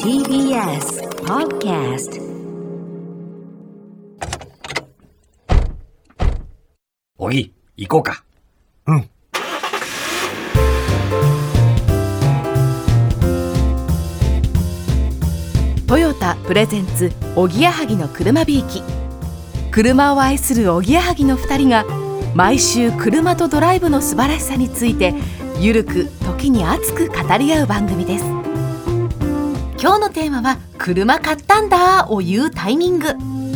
TBS Podcast。 おぎ、行こうか。 うん。 トヨタプレゼンツおぎやはぎの車びいき。車を愛するおぎやはぎの2人が毎週車とドライブの素晴らしさについてゆるく時に熱く語り合う番組です。今日のテーマは車買ったんだを言うタイミング。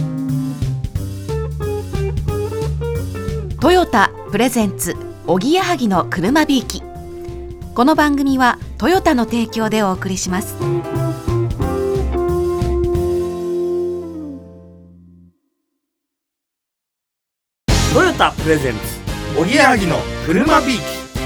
トヨタプレゼンツおぎやはぎの車びいき。この番組はトヨタの提供でお送りします。 トヨタプレゼンツおぎやはぎの車びいき。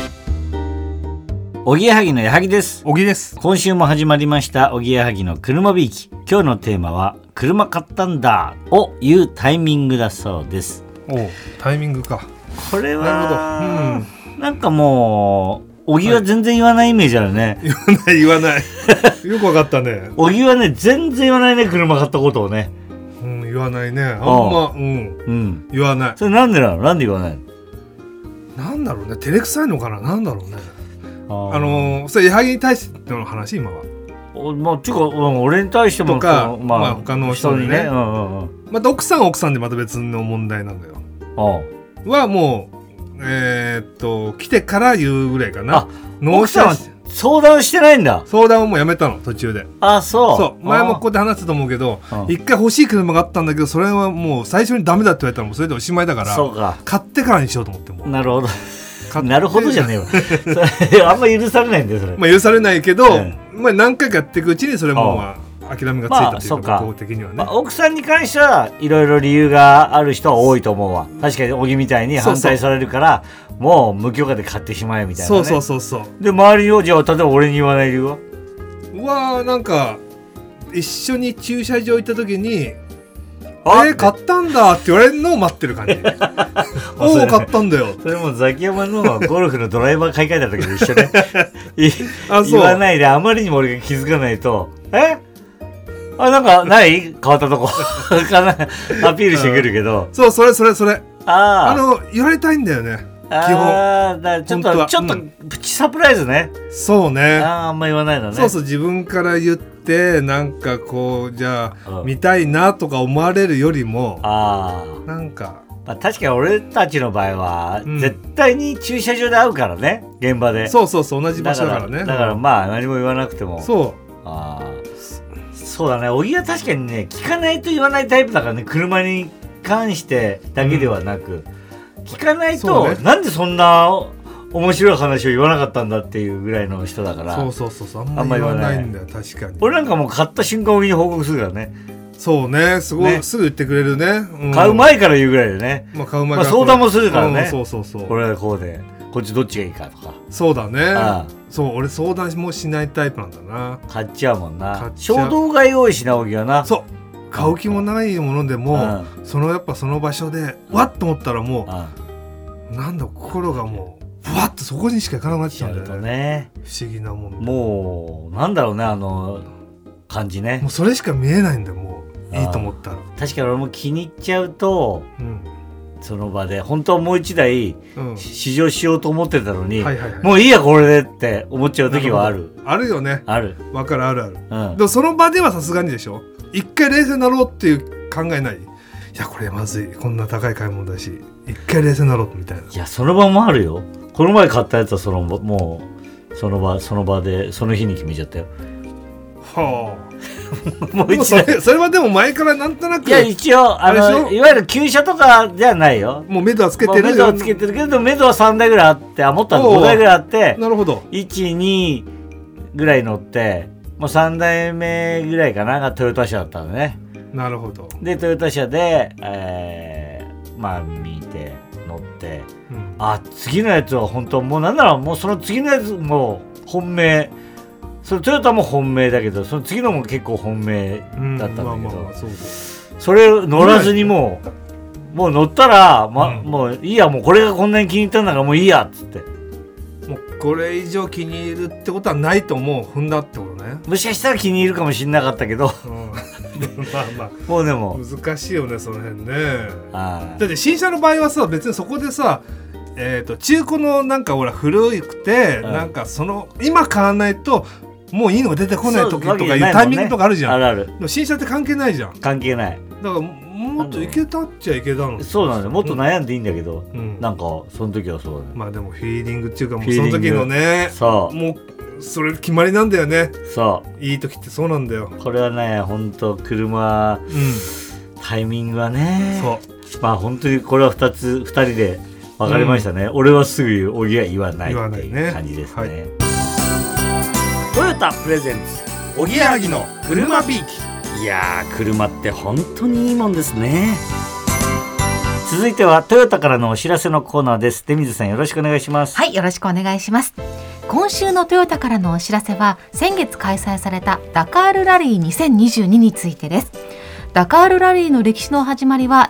おぎやはぎのやはぎです。 おぎです。 今週も始まりましたおぎやはぎの車びいき。今日のテーマは車買ったんだを言うタイミングだそうです。 お、タイミングか。 これはなるほど。 なんかもうおぎは全然言わないイメージあるね、 はい、言わないよくわかったね。 おぎはね全然言わないね、車買ったことをね。 うん、言わないね。あんま、言わない。 それなんでなの？なんで言わないの？ なんだろうね、照れくさいのかな。なんだろうね。それ矢作に対しての話今は。 まあちゅうか、俺に対してもとか、他の人にね。また奥さんは奥さんでまた別の問題なんだよ。はもう来てから言うぐらいかな。 奥さんは相談してないんだ。 相談をもうやめたの、途中で。そう前もここで話したと思うけど、一回欲しい車があったんだけど、それはもう最初にダメだって言われたらもうそれでおしまいだから、 そうか、 買ってからにしようと思って。もなるほどなるほどじゃねえわそれあんま許されないんだよそれ。 許されないけど、何回かやっていくうちにそれも諦めがついたというか、僕的にはね。 奥さんに関してはいろいろ理由がある人は多いと思うわ。確かに小木みたいに反対されるからもう無許可で買ってしまえみたいなね。 そうで周りをじゃあ例えば俺に言わない理由は、 なんか一緒に駐車場行った時に買ったんだって言われるのを待ってる感じおお、買ったんだよ。 それもザキヤマのゴルフのドライバー買い替えた時と一緒で言わないで、あまりにも俺が気づかないとなんかない変わったとこかなアピールしてくるけど、 それ言われたいんだよね、基本。 だちょっとプチサプライズね。 そうね。 あんま言わないのね。 そう自分から言ってなんかこうじゃあ見たいなとか思われるよりも、なんか確かに俺たちの場合は、絶対に駐車場で会うからね、現場で。 そう同じ場所だからね。 だからまあ何も言わなくても。そうだね。小木は確かにね、聞かないと言わないタイプだからね。車に関してだけではなく、聞かないと、なんでそんな面白い話を言わなかったんだっていうぐらいの人だから。 そうあんま言わないんだよ。確かに俺なんかもう買った瞬間小木に報告するからね。 そうね、すぐ言ってくれるね。 買う前から言うぐらいでね。 買う前から相談もするからね。 これはこうでこっちどっちがいいかとか。 そうだね。俺相談もしないタイプなんだな。 買っちゃうもんな。衝動買い多いしな、小木はな。 買う気もないものでも、やっぱその場所でわっと思ったらもう、なんだ心がもうふわっとそこにしかいかなくなっちゃうんだよね。不思議なもんで。もうなんだろうね、感じね。 もうそれしか見えないんだよ、もういいと思ったら。 確かに俺も気に入っちゃうと、その場で本当はもう一台試乗しようと思ってたのに、もういいやこれでって思っちゃう時はある。 あるよね。 ある。 わかる、ある。でもその場ではさすがにでしょ。一回冷静になろうっていう考えない？いやこれまずい、こんな高い買い物だし一回冷静になろうみたいな。 いやその場もあるよ。この前買ったやつはもうその場でその日に決めちゃったよ。もうそれはでも前からなんとなく。 いや一応いわゆる旧車とかじゃないよ。 もう目処はつけてる。 目処はつけてるけど、目処は3台ぐらいあって、もっと5台ぐらいあって、 なるほど。 1、2ぐらい乗って、もう3台目ぐらいかながトヨタ車だったのね。 なるほど。 でトヨタ車で、見て乗って、次のやつは本当もうなんならもうその次のやつも本命。それトヨタも本命だけど、その次のも結構本命だったんだけど、それ乗らずにもう乗ったら、もういいや、もうこれがこんなに気に入ったんだからもういいやっつって、 もうこれ以上気に入るってことはないと思う踏んだってことね。 もしかしたら気に入るかもしれなかったけど、まあもうでも難しいよねその辺ね。だって新車の場合はさ別にそこでさ、中古のなんかほら古くて、なんかその今買わないともういいのが出てこない時とかいうタイミングとかあるじゃん。 ある。 でも新車って関係ないじゃん。 関係ない。 だからもっといけたっちゃいけたの。 そうなんですよ。もっと悩んでいいんだけど、なんかその時はそうだね。 まあでもフィーリングっていうかもうその時のね、 そうもうそれ決まりなんだよね。 そういい時ってそうなんだよ。 これはね本当車、タイミングはね。そうまあ本当にこれは2人で分かりましたね。俺はすぐおぎや言わないっていう感じですね。トヨタプレゼンツおぎやはぎの車ビーキ。 いやー車って本当にいいもんですね。続いてはトヨタからのお知らせのコーナーです。出水さんよろしくお願いします。 はい、よろしくお願いします。今週のトヨタからのお知らせは先月開催されたダカールラリー2022についてです。ダカールラリーの歴史の始まりは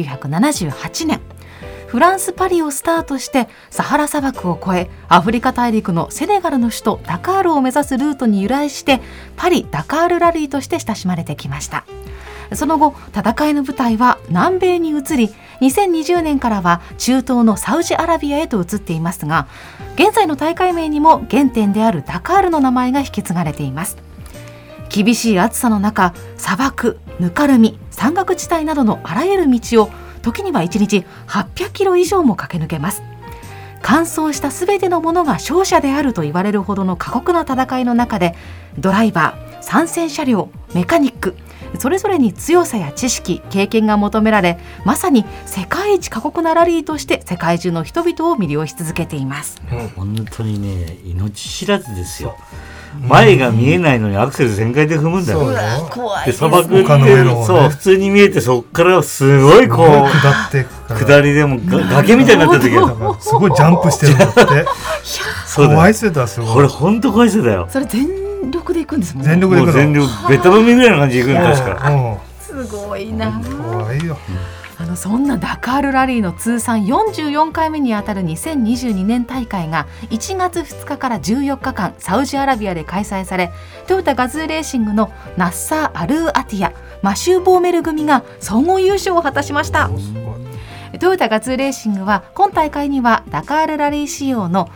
1978年フランス・パリをスタートしてサハラ砂漠を越えアフリカ大陸のセネガルの首都ダカールを目指すルートに由来してパリ・ダカールラリーとして親しまれてきました。その後戦いの舞台は南米に移り2020年からは中東のサウジアラビアへと移っていますが現在の大会名にも原点であるダカールの名前が引き継がれています。厳しい暑さの中砂漠、ぬかるみ、山岳地帯などのあらゆる道を時には1日800キロ以上も駆け抜けます。完走したすべてのものが勝者であると言われるほどの過酷な戦いの中でドライバー、参戦車両、メカニックそれぞれに強さや知識、経験が求められまさに世界一過酷なラリーとして世界中の人々を魅了し続けています。 本当にね命知らずですよ。前が見えないのにアクセル全開で踏むんだよ。 怖いですね。 砂漠ってそう普通に見えてそっからすごいこう下りでも崖みたいになった時はすごいジャンプしてるんだって。怖いせだすごい。 これ本当怖いせだよ。 それ全力で行くんですもんね。 全力で行くの。 全力ベタ踏みぐらいの感じで行くの確か。 すごいな。 怖いよ。 そんなダカールラリーの通算44回目にあたる2022年大会が1月2日から14日間サウジアラビアで開催されトヨタガズーレーシングのナッサー・アルーアティア、マシュー・ボーメル組が総合優勝を果たしました。トヨタガズーレーシングは今大会にはダカールラリー仕様の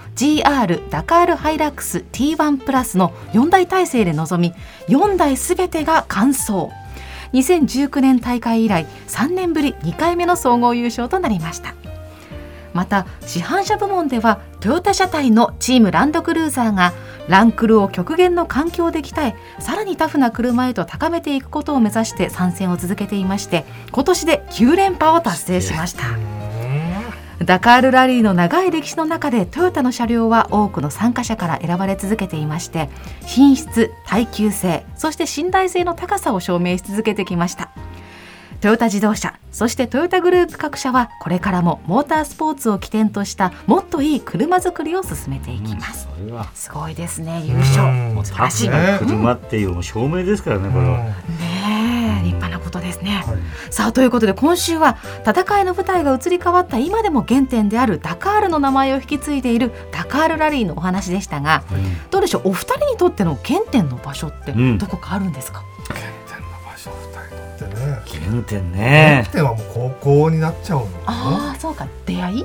GR ダカールハイラックス T1 プラスの4台体制で臨み4台すべてが完走。2019年大会以来3年ぶり2回目の総合優勝となりました。また市販車部門ではトヨタ車体のチームランドクルーザーがランクルを極限の環境で鍛えさらにタフな車へと高めていくことを目指して参戦を続けていまして今年で9連覇を達成しました。ダカールラリーの長い歴史の中でトヨタの車両は多くの参加者から選ばれ続けていまして品質、耐久性、そして信頼性の高さを証明し続けてきました。トヨタ自動車、そしてトヨタグループ各社はこれからもモータースポーツを起点としたもっといい車作りを進めていきます。すごいですね。優勝素晴らしい車っていう証明ですからねこれは。 立派なことですね。さあということで今週は戦いの舞台が移り変わった今でも原点であるダカールの名前を引き継いでいるダカールラリーのお話でしたが、どうでしょうお二人にとっての原点の場所ってどこかあるんですか？ 原点の場所2人にとってね。 原点ね。 原点はもう高校になっちゃうの。 ああそうか出会い。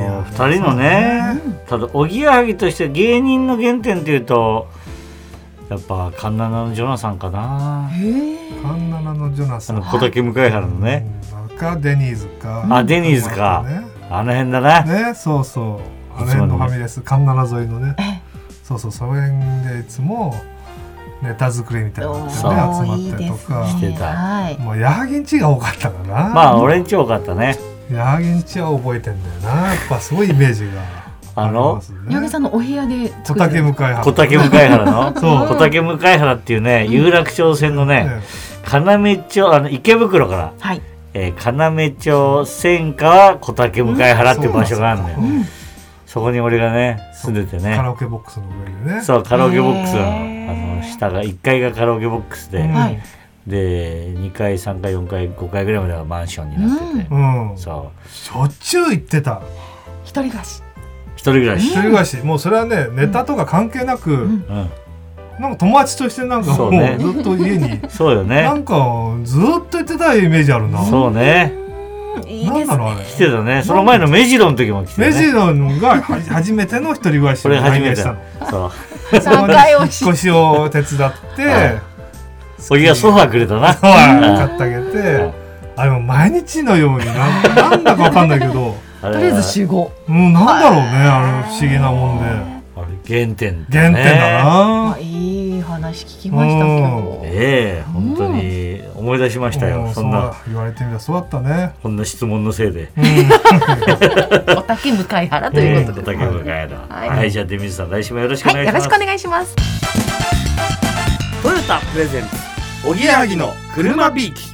2人のね、ただおぎやはぎとして芸人の原点っていうとやっぱカンナナのジョナサンかな。 カンナナのジョナサン、 小竹向原のね、 かデニーズか。 デニーズか、あの辺だなね。そうそうあの辺のファミレスカンナナ沿いのね。そうそうその辺でいつもネタ作りみたいなので、ね、集まったりとかしてた。 もうヤハギンチが多かったかな。 まあ俺んち多かったね。 ヤハギンチは覚えてんだよな。やっぱすごいイメージが八木さんのお部屋で小竹向原の小竹向原っていうね有楽町線のね要町池袋から要町線から小竹向原っていう場所があるんだよ。そこに俺がね住んでてねカラオケボックスの上でね。 そうカラオケボックスの下が1階がカラオケボックスでで2階3階4階5階ぐらいまではマンションになっててそうしょっちゅう行ってた。 一人暮らし一人暮らし、 一人暮らし、もうそれはねネタとか関係なく、なんか友達としてなんかもうずっと家にそうよね、 なんかずっと行ってたイメージあるな。 そうね、 いいですね。 来てたね。その前の目白の時も来てね。 目白が初めての一人暮らしを初めてしたの。 そう 3回押し引っ越しを手伝っておぎがソファーくれたな。 ソファー買ってあげて、あれも毎日のようになんだかわかんないけどとりあえず集合。 もうなんだろうね、あの不思議なもんで。 あれ原点だな。 いい話聞きました今日。 本当に思い出しましたよ。そんな言われてみたらそうだったね。 こんな質問のせいで。 おたけ向原ということで。 おたけ向原。はい、じゃあ出水さん来週もよろしくお願いします。 よろしくお願いします。 トヨタプレゼンツおぎやはぎの車ビーキ。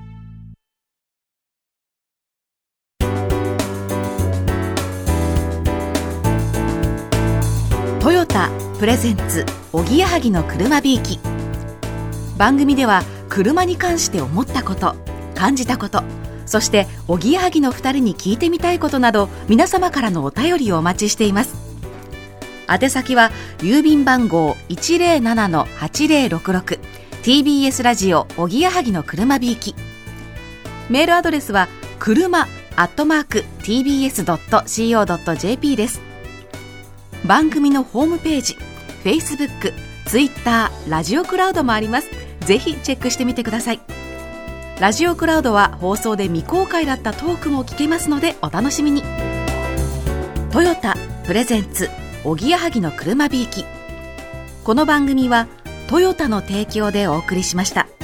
トヨタプレゼンツおぎやはぎの車びいき。番組では車に関して思ったこと、感じたこと、そしておぎやはぎの2人に聞いてみたいことなど皆様からのお便りをお待ちしています。宛先は郵便番号 107-8066 TBS ラジオおぎやはぎの車びいき。メールアドレスは車@tbs.co.jp です。番組のホームページ、Facebook、Twitter、ラジオクラウドもあります。ぜひチェックしてみてください。ラジオクラウドは放送で未公開だったトークも聞けますのでお楽しみに。トヨタプレゼンツおぎやはぎの車びいき。この番組はトヨタの提供でお送りしました。